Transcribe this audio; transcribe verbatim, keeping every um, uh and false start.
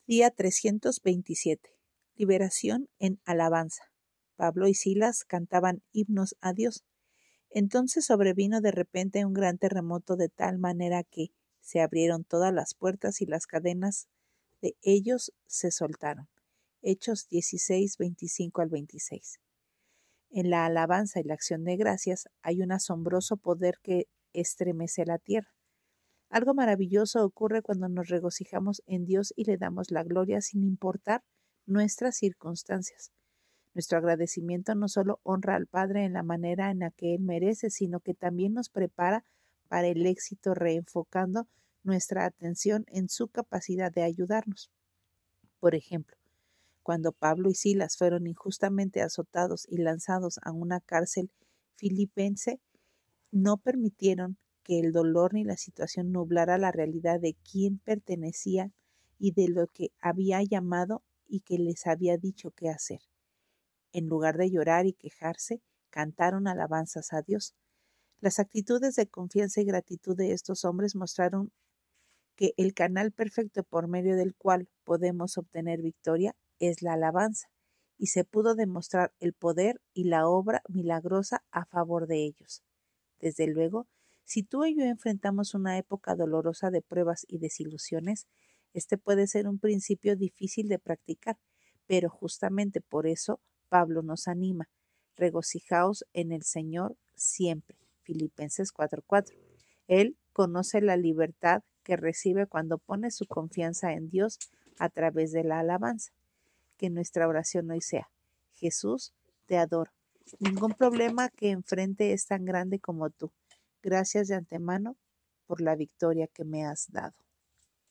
Día trescientos veintisiete. Liberación en alabanza. Pablo y Silas cantaban himnos a Dios. Entonces sobrevino de repente un gran terremoto de tal manera que se abrieron todas las puertas y las cadenas de ellos se soltaron. Hechos dieciséis, veinticinco al veintiséis. En la alabanza y la acción de gracias hay un asombroso poder que estremece la tierra. Algo maravilloso ocurre cuando nos regocijamos en Dios y le damos la gloria sin importar nuestras circunstancias. Nuestro agradecimiento no solo honra al Padre en la manera en la que Él merece, sino que también nos prepara para el éxito reenfocando nuestra atención en su capacidad de ayudarnos. Por ejemplo, cuando Pablo y Silas fueron injustamente azotados y lanzados a una cárcel filipense, no permitieron que el dolor ni la situación nublara la realidad de quién pertenecían y de lo que había llamado y que les había dicho qué hacer. En lugar de llorar y quejarse, cantaron alabanzas a Dios. Las actitudes de confianza y gratitud de estos hombres mostraron que el canal perfecto por medio del cual podemos obtener victoria es la alabanza, y se pudo demostrar el poder y la obra milagrosa a favor de ellos. Desde luego, si tú y yo enfrentamos una época dolorosa de pruebas y desilusiones, este puede ser un principio difícil de practicar, pero justamente por eso Pablo nos anima. Regocijaos en el Señor siempre. Filipenses cuatro cuatro. Él conoce la libertad que recibe cuando pone su confianza en Dios a través de la alabanza. Que nuestra oración hoy sea: Jesús, te adoro. Ningún problema que enfrente es tan grande como tú. Gracias de antemano por la victoria que me has dado.